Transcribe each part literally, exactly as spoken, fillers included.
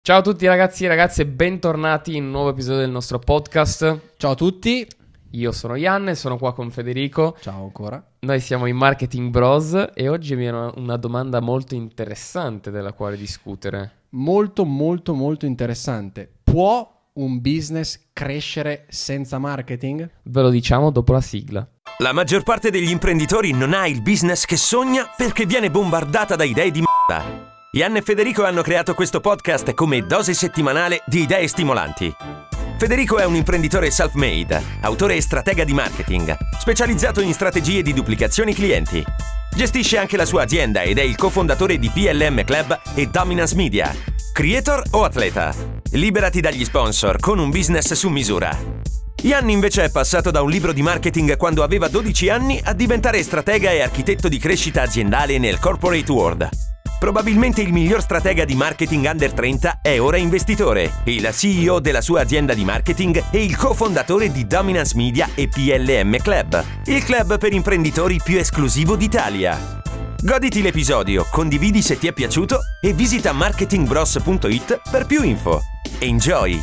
Ciao a tutti ragazzi e ragazze, bentornati in un nuovo episodio del nostro podcast. Ciao a tutti. Io sono Ian e sono qua con Federico. Ciao ancora. Noi siamo i Marketing Bros e oggi mi viene una domanda molto interessante della quale discutere. Molto molto molto interessante. Può un business crescere senza marketing? Ve lo diciamo dopo la sigla. La maggior parte degli imprenditori non ha il business che sogna perché viene bombardata da idee di m***a. Ian e Federico hanno creato questo podcast come dose settimanale di idee stimolanti. Federico è un imprenditore self-made, autore e stratega di marketing, specializzato in strategie di duplicazioni clienti. Gestisce anche la sua azienda ed è il cofondatore di P L M Club e Dominance Media. Creator o atleta? Liberati dagli sponsor con un business su misura. Ian invece è passato da un libro di marketing quando aveva dodici anni a diventare stratega e architetto di crescita aziendale nel corporate world. Probabilmente il miglior stratega di marketing under trenta è ora investitore, il C E O della sua azienda di marketing e il cofondatore di Dominance Media e P L M Club, il club per imprenditori più esclusivo d'Italia. Goditi l'episodio, condividi se ti è piaciuto e visita marketing bros punto it per più info. Enjoy!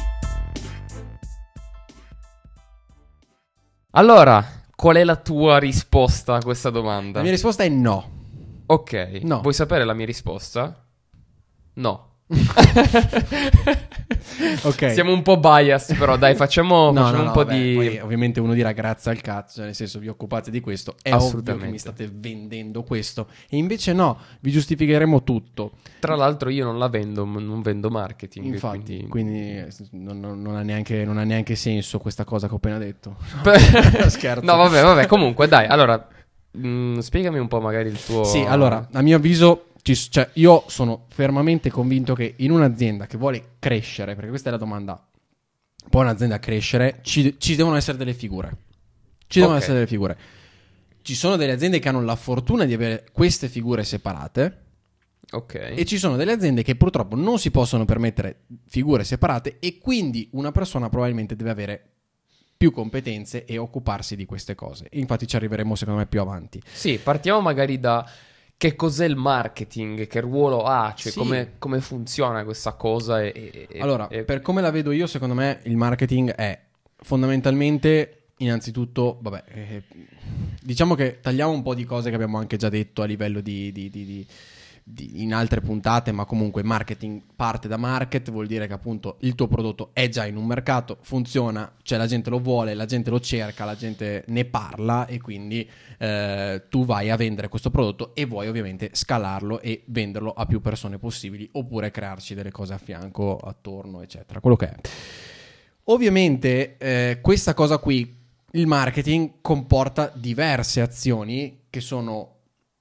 Allora, qual è la tua risposta a questa domanda? La mia risposta è no. Ok, No. Vuoi sapere la mia risposta? No. Ok. Siamo un po' biased, però dai, facciamo, No, facciamo no, un no, po' vabbè, di... poi ovviamente uno dirà grazie al cazzo, nel senso vi occupate di questo. È ovvio Assolutamente. che mi state vendendo questo. E invece no, vi giustificheremo tutto. Tra l'altro io non la vendo, m- non vendo marketing. Infatti, quindi... quindi eh, non, non- non ha neanche, non ha neanche senso questa cosa che ho appena detto. Scherzo. No, vabbè, vabbè, comunque dai, allora, mh, spiegami un po' magari il tuo... Sì, allora, a mio avviso, ci s- cioè, io sono fermamente convinto che in un'azienda che vuole crescere, perché questa è la domanda, può un'azienda crescere, ci, ci devono essere delle figure. Ci devono Ok. essere delle figure. Ci sono delle aziende che hanno la fortuna di avere queste figure separate Ok. e ci sono delle aziende che purtroppo non si possono permettere figure separate e quindi una persona probabilmente deve avere più competenze e occuparsi di queste cose. Infatti ci arriveremo secondo me più avanti. Sì, partiamo magari da che cos'è il marketing, che ruolo ha, cioè Sì. come, come funziona questa cosa e... e- Allora, e- per come la vedo io, secondo me il marketing è fondamentalmente, innanzitutto, vabbè, eh, diciamo che tagliamo un po' di cose che abbiamo anche già detto a livello di, di- di- di- di- in altre puntate, ma comunque marketing parte da market, vuol dire che appunto il tuo prodotto è già in un mercato, funziona, cioè la gente lo vuole, la gente lo cerca, la gente ne parla e quindi eh, tu vai a vendere questo prodotto e vuoi ovviamente scalarlo e venderlo a più persone possibili oppure crearci delle cose a fianco, attorno, eccetera, quello che è. Ovviamente eh, questa cosa qui, il marketing comporta diverse azioni che sono,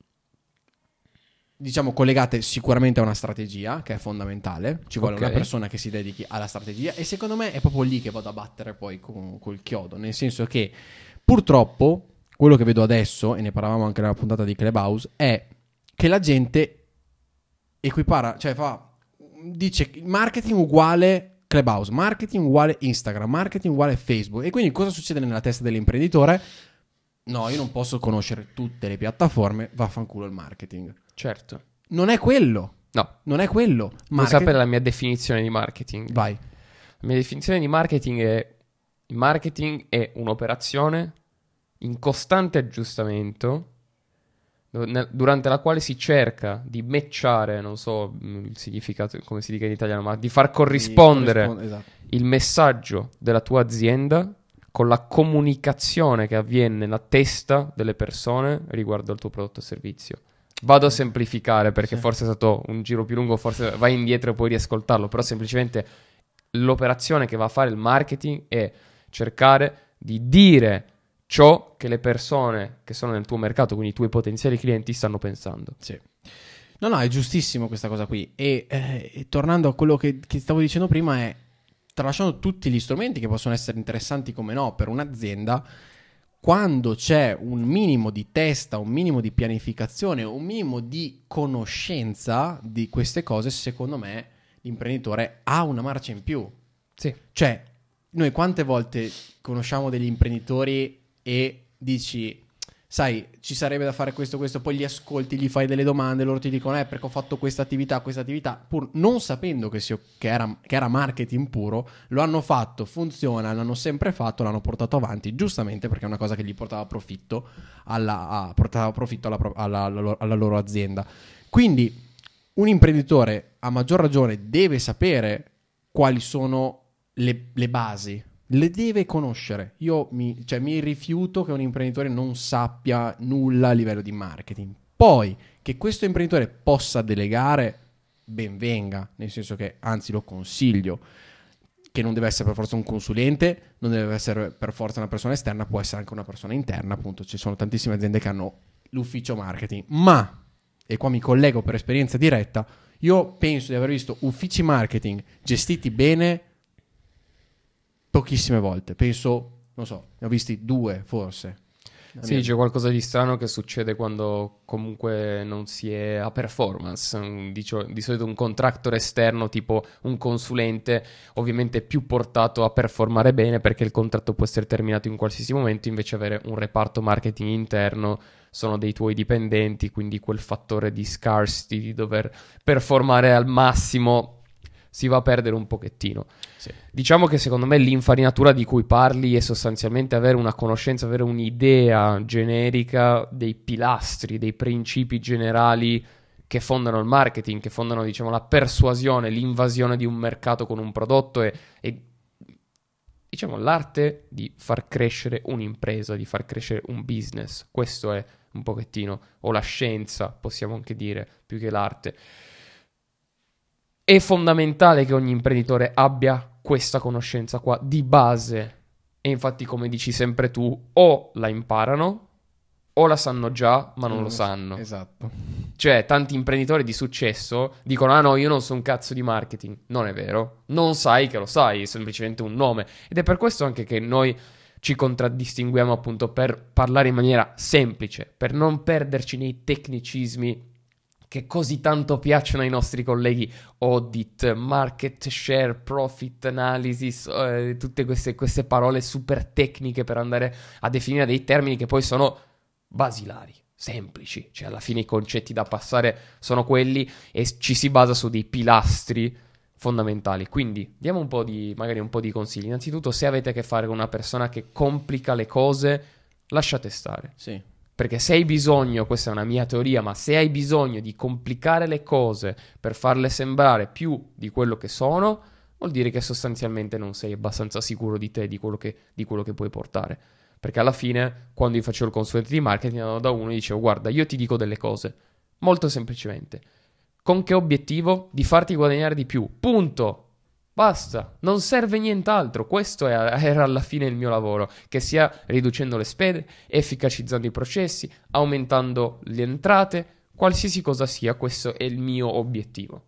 diciamo, collegate sicuramente a una strategia che è fondamentale. Ci vuole Ok. una persona che si dedichi alla strategia e secondo me è proprio lì che vado a battere poi con, col chiodo, nel senso che purtroppo quello che vedo adesso, e ne parlavamo anche nella puntata di Clubhouse, è che la gente equipara, cioè fa, dice marketing uguale Clubhouse, marketing uguale Instagram, marketing uguale Facebook. E quindi cosa succede nella testa dell'imprenditore? No, io non posso conoscere tutte le piattaforme, vaffanculo il marketing. Certo. Non è quello, No, non è quello. vuoi Market- sapere la mia definizione di marketing? Vai. La mia definizione di marketing è: il marketing è un'operazione in costante aggiustamento do- nel- durante la quale si cerca di matchare, non so mh, il significato, come si dica in italiano, ma di far corrispondere Corrisponde- esatto. il messaggio della tua azienda con la comunicazione che avviene nella testa delle persone riguardo al tuo prodotto o servizio. Vado a semplificare perché Sì. forse è stato un giro più lungo, forse vai indietro e puoi riascoltarlo, però semplicemente l'operazione che va a fare il marketing è cercare di dire ciò che le persone che sono nel tuo mercato, quindi i tuoi potenziali clienti, stanno pensando. Sì. No, no, è giustissimo questa cosa qui. E, eh, e tornando a quello che, che stavo dicendo prima, è tralasciando tutti gli strumenti che possono essere interessanti come no per un'azienda, quando c'è un minimo di testa, un minimo di pianificazione, un minimo di conoscenza di queste cose, secondo me l'imprenditore ha una marcia in più. Sì. Cioè, noi quante volte conosciamo degli imprenditori e dici sai, ci sarebbe da fare questo, questo, poi li ascolti, gli fai delle domande, loro ti dicono, eh, perché ho fatto questa attività, questa attività, pur non sapendo che, sia, che, era, che era marketing puro, lo hanno fatto, funziona, l'hanno sempre fatto, l'hanno portato avanti, giustamente perché è una cosa che gli portava profitto alla, a, portava profitto alla, alla, alla, alla loro azienda. Quindi un imprenditore, a maggior ragione, deve sapere quali sono le, le basi, le deve conoscere. Io mi, cioè, mi rifiuto che un imprenditore non sappia nulla a livello di marketing. Poi che questo imprenditore possa delegare, ben venga, nel senso che anzi lo consiglio, che non deve essere per forza un consulente, non deve essere per forza una persona esterna, può essere anche una persona interna, appunto ci sono tantissime aziende che hanno l'ufficio marketing, ma, e qua mi collego per esperienza diretta, io penso di aver visto uffici marketing gestiti bene pochissime volte, penso, non so, ne ho visti due forse. Sì, c'è qualcosa di strano che succede quando comunque non si è a performance. Un- Dicio, di solito un contractor esterno, tipo un consulente, ovviamente è più portato a performare bene perché il contratto può essere terminato in qualsiasi momento, invece avere un reparto marketing interno sono dei tuoi dipendenti, quindi quel fattore di scarcity, di dover performare al massimo, si va a perdere un pochettino. Sì. Diciamo che secondo me l'infarinatura di cui parli è sostanzialmente avere una conoscenza, avere un'idea generica dei pilastri, dei principi generali che fondano il marketing, che fondano, diciamo, la persuasione, l'invasione di un mercato con un prodotto e, e diciamo l'arte di far crescere un'impresa, di far crescere un business. Questo è un pochettino, o la scienza, possiamo anche dire, più che l'arte. È fondamentale che ogni imprenditore abbia questa conoscenza qua di base e infatti, come dici sempre tu, o la imparano o la sanno già ma non lo sanno. Esatto. Cioè, tanti imprenditori di successo dicono ah no, io non so un cazzo di marketing. Non è vero, non sai che lo sai, è semplicemente un nome. Ed è per questo anche che noi ci contraddistinguiamo, appunto, per parlare in maniera semplice, per non perderci nei tecnicismi che così tanto piacciono ai nostri colleghi: audit, market share, profit analysis, eh, tutte queste, queste parole super tecniche per andare a definire dei termini che poi sono basilari, semplici, cioè alla fine i concetti da passare sono quelli e ci si basa su dei pilastri fondamentali. Quindi diamo un po' di, magari un po' di consigli. Innanzitutto, se avete a che fare con una persona che complica le cose, lasciate stare. Sì. Perché se hai bisogno, questa è una mia teoria, ma se hai bisogno di complicare le cose per farle sembrare più di quello che sono, vuol dire che sostanzialmente non sei abbastanza sicuro di te, di quello che, di quello che puoi portare. Perché alla fine, quando io facevo il consulente di marketing, andavo da uno e dicevo: guarda, io ti dico delle cose, molto semplicemente. Con che obiettivo? Di farti guadagnare di più. Punto. Basta, non serve nient'altro. Questo era alla fine il mio lavoro, che sia riducendo le spese, efficacizzando i processi, aumentando le entrate, qualsiasi cosa sia, questo è il mio obiettivo.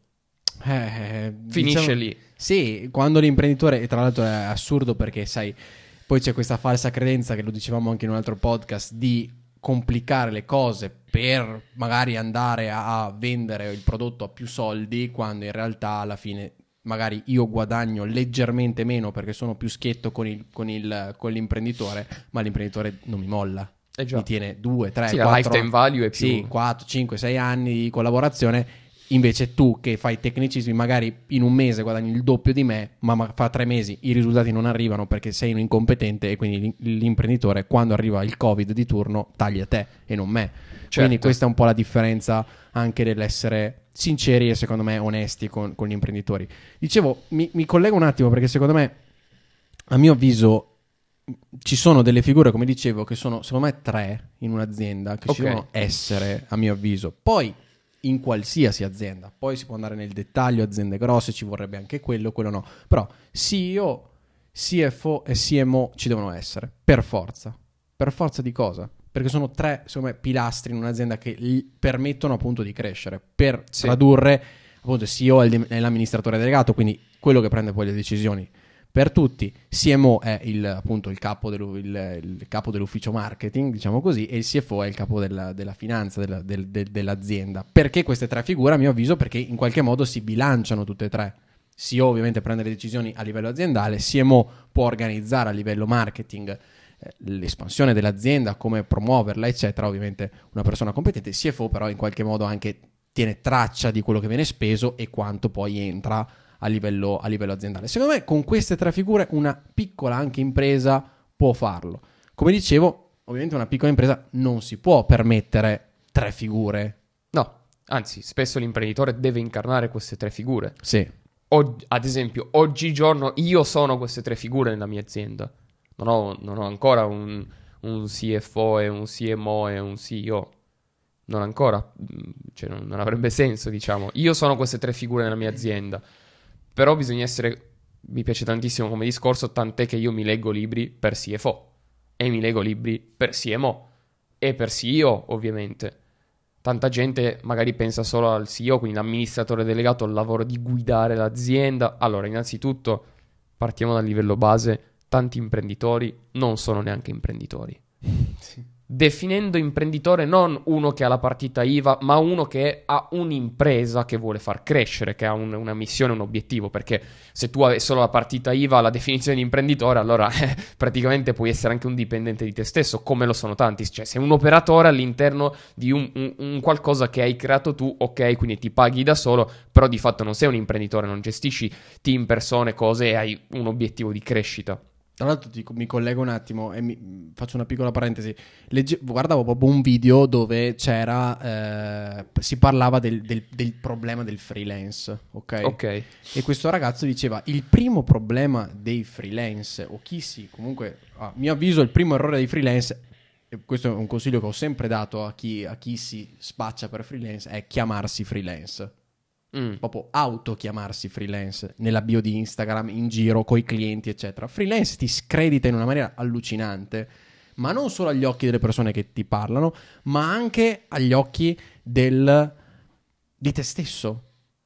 Eh, Finisce diciamo, lì. Sì, quando l'imprenditore, e tra l'altro è assurdo perché sai, poi c'è questa falsa credenza, che lo dicevamo anche in un altro podcast, di complicare le cose per magari andare a, a vendere il prodotto a più soldi, quando in realtà alla fine magari io guadagno leggermente meno perché sono più schietto con, il, con, il, con l'imprenditore, ma l'imprenditore non mi molla. Eh già. Mi tiene due, tre, Sì, quattro, la lifetime value è più... sì, quattro, cinque, sei anni di collaborazione. Invece tu che fai tecnicismi, magari in un mese guadagni il doppio di me, ma ma fra tre mesi i risultati non arrivano perché sei un incompetente, e quindi l'imprenditore, quando arriva il Covid di turno, taglia te e non me. Certo. Quindi questa è un po' la differenza anche dell'essere sinceri e secondo me onesti con, con gli imprenditori. Dicevo, mi, mi collego un attimo perché secondo me, a mio avviso, ci sono delle figure, come dicevo, che sono secondo me tre in un'azienda che Ok. ci devono essere, a mio avviso. Poi in qualsiasi azienda, poi si può andare nel dettaglio, aziende grosse ci vorrebbe anche quello, quello no, però C E O, C F O e C M O ci devono essere, per forza. Per forza di cosa? Perché sono tre, secondo me, pilastri in un'azienda che gli permettono appunto di crescere. Per Sì. tradurre, appunto, il C E O è il- è l'amministratore delegato, quindi quello che prende poi le decisioni per tutti. C M O è il, appunto il capo, dello- il- il capo dell'ufficio marketing, diciamo così, e il C F O è il capo della, della finanza della- del- del- dell'azienda. Perché queste tre figure, a mio avviso? Perché in qualche modo si bilanciano tutte e tre. C E O ovviamente prende le decisioni a livello aziendale, C M O può organizzare a livello marketing eh, l'espansione dell'azienda, come promuoverla, eccetera. Ovviamente una persona competente. Il C F O però in qualche modo anche tiene traccia di quello che viene speso e quanto poi entra a livello, a livello aziendale. Secondo me con queste tre figure una piccola anche impresa può farlo. Come dicevo, ovviamente una piccola impresa non si può permettere tre figure. No, anzi, spesso l'imprenditore deve incarnare queste tre figure. Sì. O, ad esempio, oggigiorno io sono queste tre figure nella mia azienda. Non ho, non ho ancora un, un C F O e un C M O e un C E O. Non ancora, cioè non, non avrebbe senso, diciamo. Io sono queste tre figure nella mia azienda. Però bisogna essere, mi piace tantissimo come discorso, tant'è che io mi leggo libri per C F O e mi leggo libri per C M O e per C E O, ovviamente. Tanta gente magari pensa solo al C E O, quindi l'amministratore delegato, al lavoro di guidare l'azienda. Allora, innanzitutto, partiamo dal livello base. Tanti imprenditori non sono neanche imprenditori. Sì. Definendo imprenditore non uno che ha la partita I V A, ma uno che ha un'impresa che vuole far crescere, che ha un, una missione, un obiettivo. Perché se tu hai solo la partita I V A, la definizione di imprenditore, allora eh, praticamente puoi essere anche un dipendente di te stesso, come lo sono tanti. Cioè sei un operatore all'interno di un, un, un qualcosa che hai creato tu, ok, quindi ti paghi da solo, però di fatto non sei un imprenditore, non gestisci team, persone, cose e hai un obiettivo di crescita. Tra l'altro ti, mi collego un attimo e mi, faccio una piccola parentesi. Legge, guardavo proprio un video dove c'era, eh, si parlava del, del, del problema del freelance, ok? Ok. E questo ragazzo diceva, il primo problema dei freelance, o chi si, comunque, a mio avviso il primo errore dei freelance, e questo è un consiglio che ho sempre dato a chi, a chi si spaccia per freelance, è chiamarsi freelance. Mm. Proprio autochiamarsi freelance nella bio di Instagram, in giro coi clienti eccetera. Freelance ti scredita in una maniera allucinante, ma non solo agli occhi delle persone che ti parlano, ma anche agli occhi del di te stesso.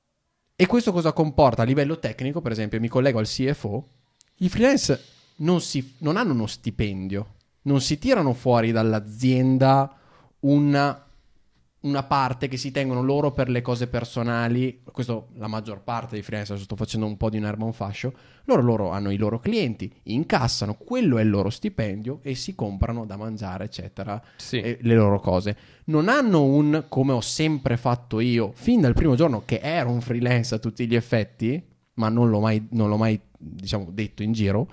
E questo cosa comporta a livello tecnico? Per esempio, mi collego al C F O. I freelance non, si, non hanno uno stipendio, non si tirano fuori dall'azienda una una parte che si tengono loro per le cose personali. Questo la maggior parte dei freelancer, sto facendo un po' di un'erba un fascio. Loro, loro hanno i loro clienti, incassano, quello è il loro stipendio e si comprano da mangiare eccetera, sì. e le loro cose. Non hanno un, come ho sempre fatto io fin dal primo giorno che ero un freelance a tutti gli effetti, ma non l'ho mai, non l'ho mai diciamo detto in giro.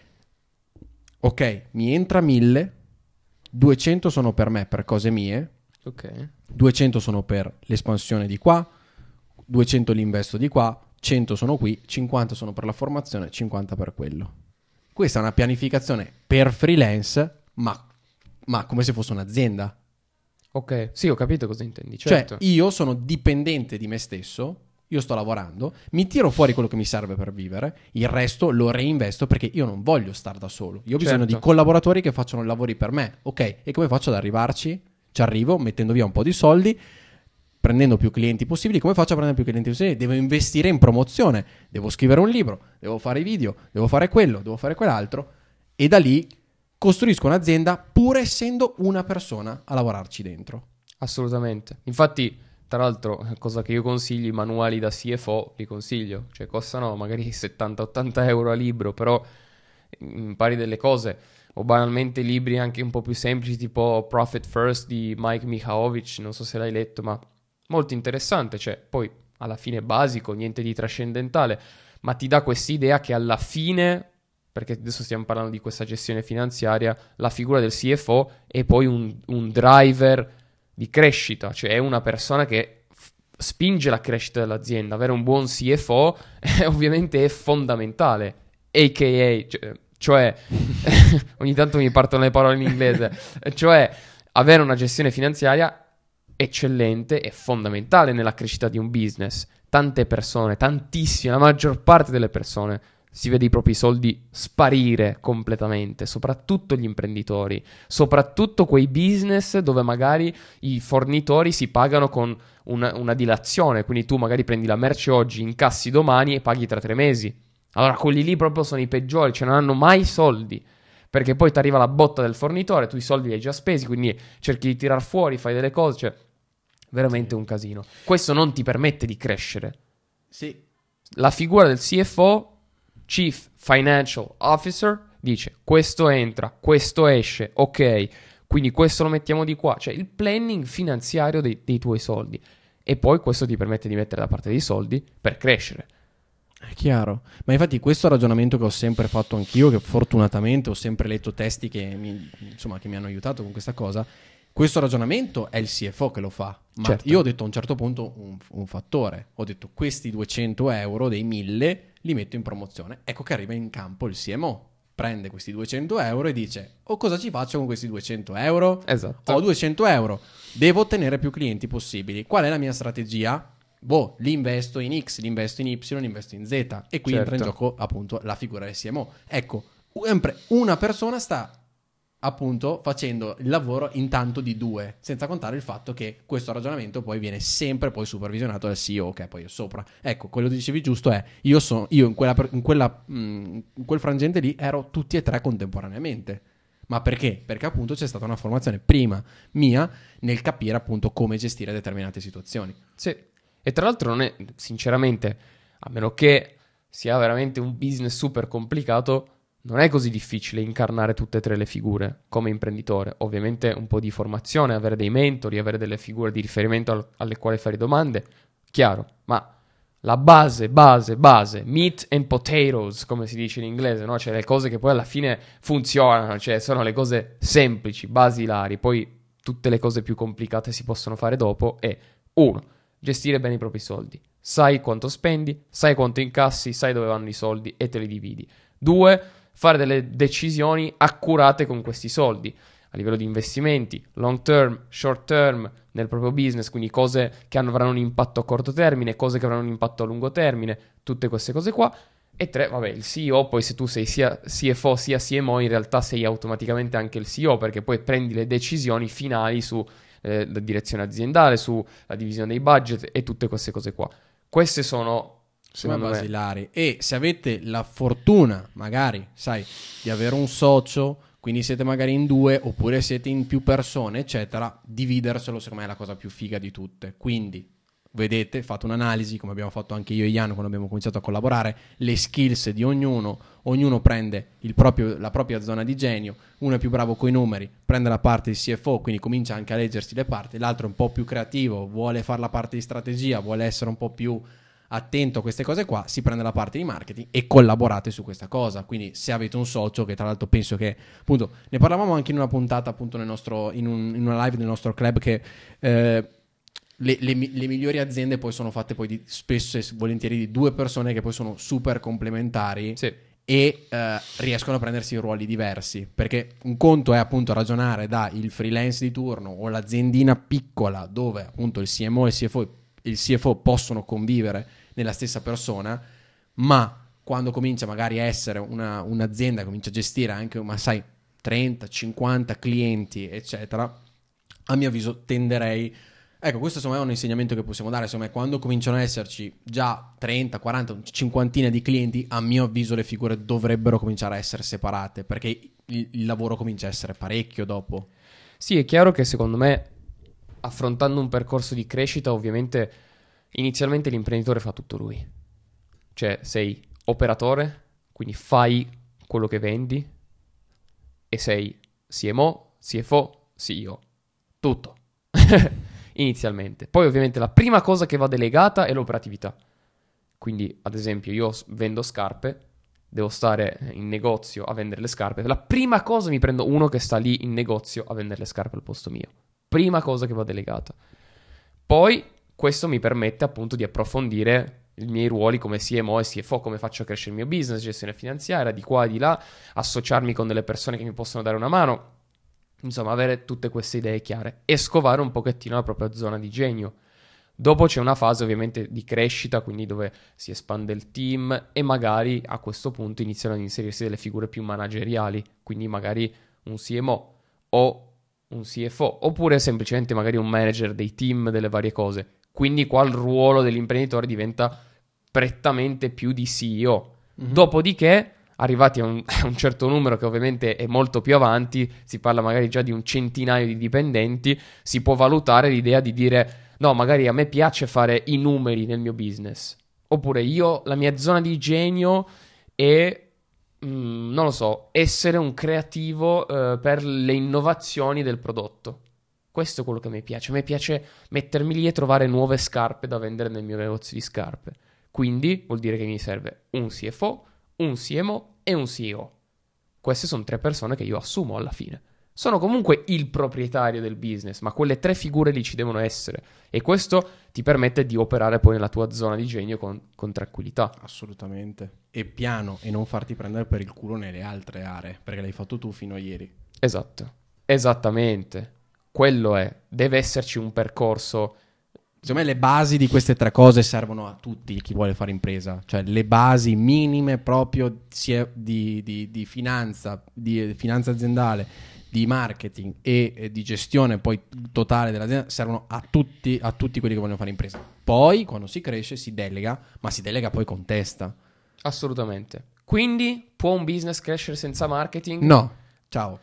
Ok, mi entra mille, duecento sono per me, per cose mie. Ok. duecento sono per l'espansione di qua, duecento li investo di qua, cento sono qui, cinquanta sono per la formazione, cinquanta per quello. Questa è una pianificazione per freelance, ma, ma come se fosse un'azienda. Ok, sì, ho capito cosa intendi. Certo. Cioè, io sono dipendente di me stesso, io sto lavorando, mi tiro fuori quello che mi serve per vivere, il resto lo reinvesto perché io non voglio stare da solo. Io ho bisogno certo. di collaboratori che facciano lavori per me. Ok, e come faccio ad arrivarci? Ci arrivo mettendo via un po' di soldi, prendendo più clienti possibili. Come faccio a prendere più clienti possibili? Devo investire in promozione, devo scrivere un libro, devo fare i video, devo fare quello, devo fare quell'altro, e da lì costruisco un'azienda pur essendo una persona a lavorarci dentro. Assolutamente. Infatti, tra l'altro, cosa che io consiglio, i manuali da C F O li consiglio, cioè costano magari settanta ottanta euro a libro, però impari delle cose. O banalmente libri anche un po' più semplici, tipo Profit First di Mike Michalovic, non so se l'hai letto, ma molto interessante. Cioè, poi alla fine è basico, niente di trascendentale, ma ti dà quest'idea che alla fine, perché adesso stiamo parlando di questa gestione finanziaria, la figura del C F O è poi un, un driver di crescita, cioè è una persona che f- spinge la crescita dell'azienda. Avere un buon C F O eh, ovviamente è fondamentale, a k a... Cioè, Cioè, ogni tanto mi partono le parole in inglese, cioè avere una gestione finanziaria eccellente è fondamentale nella crescita di un business. Tante persone, tantissime, la maggior parte delle persone si vede i propri soldi sparire completamente, soprattutto gli imprenditori, soprattutto quei business dove magari i fornitori si pagano con una, una dilazione, quindi tu magari prendi la merce oggi, incassi domani e paghi tra tre mesi. Allora quelli lì proprio sono i peggiori, cioè non hanno mai soldi, perché poi ti arriva la botta del fornitore, tu i soldi li hai già spesi, quindi cerchi di tirar fuori, fai delle cose, cioè veramente sì. Un casino. Questo non ti permette di crescere. Sì. La figura del C F O, Chief Financial Officer, dice questo entra, questo esce, ok, quindi questo lo mettiamo di qua, cioè il planning finanziario dei, dei tuoi soldi, e poi questo ti permette di mettere da parte dei soldi per crescere. È chiaro, ma infatti questo è il ragionamento che ho sempre fatto anch'io, che fortunatamente ho sempre letto testi che mi, insomma, che mi hanno aiutato con questa cosa. Questo ragionamento è il C F O che lo fa, ma certo. io ho detto a un certo punto un, un fattore, ho detto questi duecento euro dei mille li metto in promozione, ecco che arriva in campo il C M O, prende questi duecento euro e dice o cosa ci faccio con questi duecento euro? Esatto. Ho duecento euro, devo ottenere più clienti possibili, qual è la mia strategia? Boh, li investo in X, li investo in Y, li investo in Z, e qui certo. entra in gioco appunto la figura del C M O. Ecco, sempre una persona sta appunto facendo il lavoro intanto di due, senza contare il fatto che questo ragionamento poi viene sempre poi supervisionato dal C E O che è poi sopra. Ecco, quello che dicevi giusto è io sono io in quella in quella mh, in quel frangente lì ero tutti e tre contemporaneamente. Ma perché? Perché appunto c'è stata una formazione prima mia nel capire appunto come gestire determinate situazioni. Sì. E tra l'altro non è, sinceramente, a meno che sia veramente un business super complicato, non è così difficile incarnare tutte e tre le figure come imprenditore. Ovviamente un po' di formazione, avere dei mentori, avere delle figure di riferimento al- alle quali fare domande, chiaro, ma la base, base, base, meat and potatoes, come si dice in inglese, no? Cioè le cose che poi alla fine funzionano, cioè sono le cose semplici, basilari, poi tutte le cose più complicate si possono fare dopo, e uno, gestire bene i propri soldi. Sai quanto spendi, sai quanto incassi, sai dove vanno i soldi e te li dividi. Due, fare delle decisioni accurate con questi soldi a livello di investimenti, long term, short term, nel proprio business, quindi cose che avranno un impatto a corto termine, cose che avranno un impatto a lungo termine, tutte queste cose qua. E tre, vabbè, il C E O, poi se tu sei sia C F O sia C M O, in realtà sei automaticamente anche il C E O, perché poi prendi le decisioni finali su eh, la direzione aziendale, sulla divisione dei budget e tutte queste cose qua. Queste sono, secondo me, basilari. E se avete la fortuna, magari, sai, di avere un socio, quindi siete magari in due, oppure siete in più persone, eccetera, dividerselo secondo me è la cosa più figa di tutte. Quindi vedete, fate un'analisi, come abbiamo fatto anche io e Ian quando abbiamo cominciato a collaborare, le skills di ognuno, ognuno prende il proprio, la propria zona di genio, uno è più bravo coi numeri, prende la parte di C F O, quindi comincia anche a leggersi le parti, l'altro è un po' più creativo, vuole fare la parte di strategia, vuole essere un po' più attento a queste cose qua, si prende la parte di marketing e collaborate su questa cosa. Quindi se avete un socio, che tra l'altro penso che appunto ne parlavamo anche in una puntata appunto nel nostro, in, un, in una live del nostro club, che eh, le, le, le migliori aziende poi sono fatte poi di, spesso e volentieri di due persone che poi sono super complementari, sì, e eh, riescono a prendersi ruoli diversi, perché un conto è appunto ragionare da il freelance di turno o l'aziendina piccola dove appunto il C M O e il C F O, il C F O possono convivere nella stessa persona, ma quando comincia magari a essere una, un'azienda, comincia a gestire anche, ma sai, trenta, cinquanta clienti, eccetera, a mio avviso tenderei, ecco, questo secondo me è un insegnamento che possiamo dare, secondo me quando cominciano ad esserci già trenta, quaranta, cinquantina di clienti, a mio avviso le figure dovrebbero cominciare a essere separate, perché il, il lavoro comincia a essere parecchio dopo. Sì, è chiaro che secondo me, affrontando un percorso di crescita, ovviamente inizialmente l'imprenditore fa tutto lui. Cioè sei operatore, quindi fai quello che vendi, e sei C M O, C F O, C E O. Tutto. Inizialmente. Poi ovviamente la prima cosa che va delegata è l'operatività. Quindi ad esempio io vendo scarpe, devo stare in negozio a vendere le scarpe. La prima cosa mi prendo uno che sta lì in negozio a vendere le scarpe al posto mio. Prima cosa che va delegata. Poi questo mi permette appunto di approfondire i miei ruoli come C M O e C F O, come faccio a crescere il mio business, gestione finanziaria, di qua e di là, associarmi con delle persone che mi possono dare una mano, insomma avere tutte queste idee chiare e scovare un pochettino la propria zona di genio. Dopo c'è una fase ovviamente di crescita, quindi dove si espande il team e magari a questo punto iniziano ad inserirsi delle figure più manageriali, quindi magari un C M O o un C F O, oppure semplicemente magari un manager dei team delle varie cose. Quindi qua il ruolo dell'imprenditore diventa prettamente più di C E O. Mm-hmm. Dopodiché, arrivati a un, a un certo numero che ovviamente è molto più avanti, si parla magari già di un centinaio di dipendenti, si può valutare l'idea di dire no, magari a me piace fare i numeri nel mio business, oppure io, la mia zona di genio è mm, non lo so, essere un creativo eh, per le innovazioni del prodotto. Questo è quello che mi piace. A me piace mettermi lì e trovare nuove scarpe da vendere nel mio negozio di scarpe. Quindi vuol dire che mi serve un C F O, un C M O e un C E O. Queste sono tre persone che io assumo alla fine. Sono comunque il proprietario del business, ma quelle tre figure lì ci devono essere. E questo ti permette di operare poi nella tua zona di genio con, con tranquillità. Assolutamente. E piano, e non farti prendere per il culo nelle altre aree, perché l'hai fatto tu fino a ieri. Esatto. Esattamente. Quello è. Deve esserci un percorso. Secondo me le basi di queste tre cose servono a tutti chi vuole fare impresa, cioè le basi minime proprio sia di, di, di finanza, di finanza aziendale, di marketing e, e di gestione poi totale dell'azienda servono a tutti, a tutti quelli che vogliono fare impresa. Poi quando si cresce si delega, ma si delega poi con testa. Assolutamente. Quindi può un business crescere senza marketing? No. Ciao.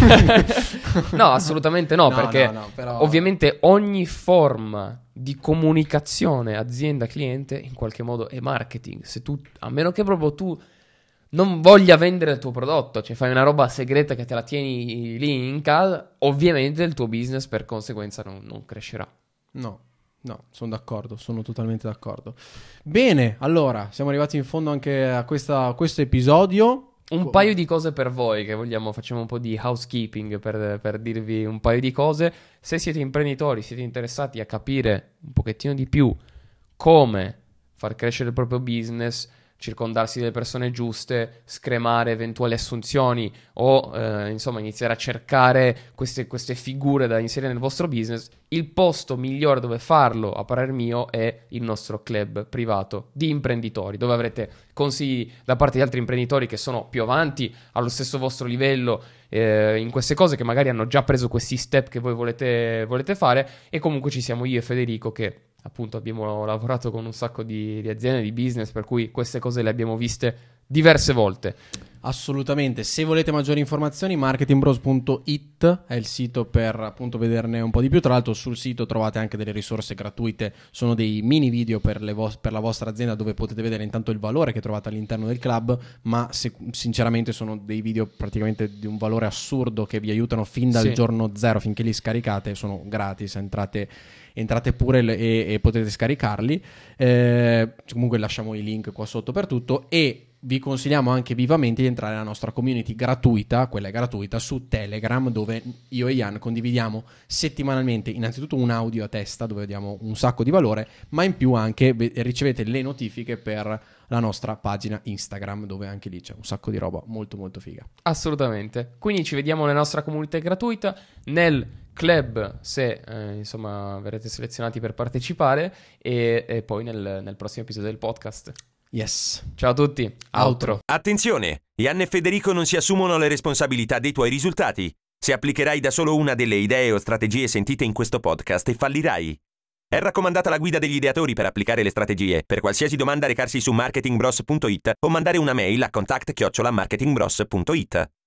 No, assolutamente no, no perché no, no, però... ovviamente ogni forma di comunicazione azienda-cliente in qualche modo è marketing. Se tu, a meno che proprio tu non voglia vendere il tuo prodotto, cioè fai una roba segreta che te la tieni lì in casa, ovviamente il tuo business per conseguenza non, non crescerà. No, no, sono d'accordo, sono totalmente d'accordo. Bene, allora, siamo arrivati in fondo anche a, questa, a questo episodio. Un paio di cose per voi che vogliamo, facciamo un po' di housekeeping per, per dirvi un paio di cose. Se siete imprenditori, siete interessati a capire un pochettino di più come far crescere il proprio business, circondarsi delle persone giuste, scremare eventuali assunzioni o eh, insomma iniziare a cercare queste, queste figure da inserire nel vostro business, il posto migliore dove farlo, a parer mio, è il nostro club privato di imprenditori, dove avrete consigli da parte di altri imprenditori che sono più avanti, allo stesso vostro livello, eh, in queste cose, che magari hanno già preso questi step che voi volete, volete fare, e comunque ci siamo io e Federico che appunto abbiamo lavorato con un sacco di, di aziende, di business, per cui queste cose le abbiamo viste diverse volte. Assolutamente. Se volete maggiori informazioni, marketing bros punto it è il sito per appunto vederne un po' di più. Tra l'altro sul sito trovate anche delle risorse gratuite, sono dei mini video per, le vo- per la vostra azienda, dove potete vedere intanto il valore che trovate all'interno del club, ma se, sinceramente sono dei video praticamente di un valore assurdo che vi aiutano fin dal Sì. giorno zero finché li scaricate, sono gratis, entrate entrate pure le, e, e potete scaricarli. Eh, comunque lasciamo i link qua sotto per tutto, e vi consigliamo anche vivamente di entrare nella nostra community gratuita, quella è gratuita, su Telegram, dove io e Ian condividiamo settimanalmente innanzitutto un audio a testa dove diamo un sacco di valore, ma in più anche ricevete le notifiche per la nostra pagina Instagram, dove anche lì c'è un sacco di roba molto molto figa. Assolutamente. Quindi ci vediamo nella nostra comunità gratuita, nel club se eh, insomma verrete selezionati per partecipare, e, e poi nel, nel prossimo episodio del podcast. Yes. Ciao a tutti. Outro. Attenzione! Ian e Federico non si assumono le responsabilità dei tuoi risultati. Se applicherai da solo una delle idee o strategie sentite in questo podcast, fallirai. È raccomandata la guida degli ideatori per applicare le strategie. Per qualsiasi domanda recarsi su marketing bros punto it o mandare una mail a contact chiocciola marketing bros punto it.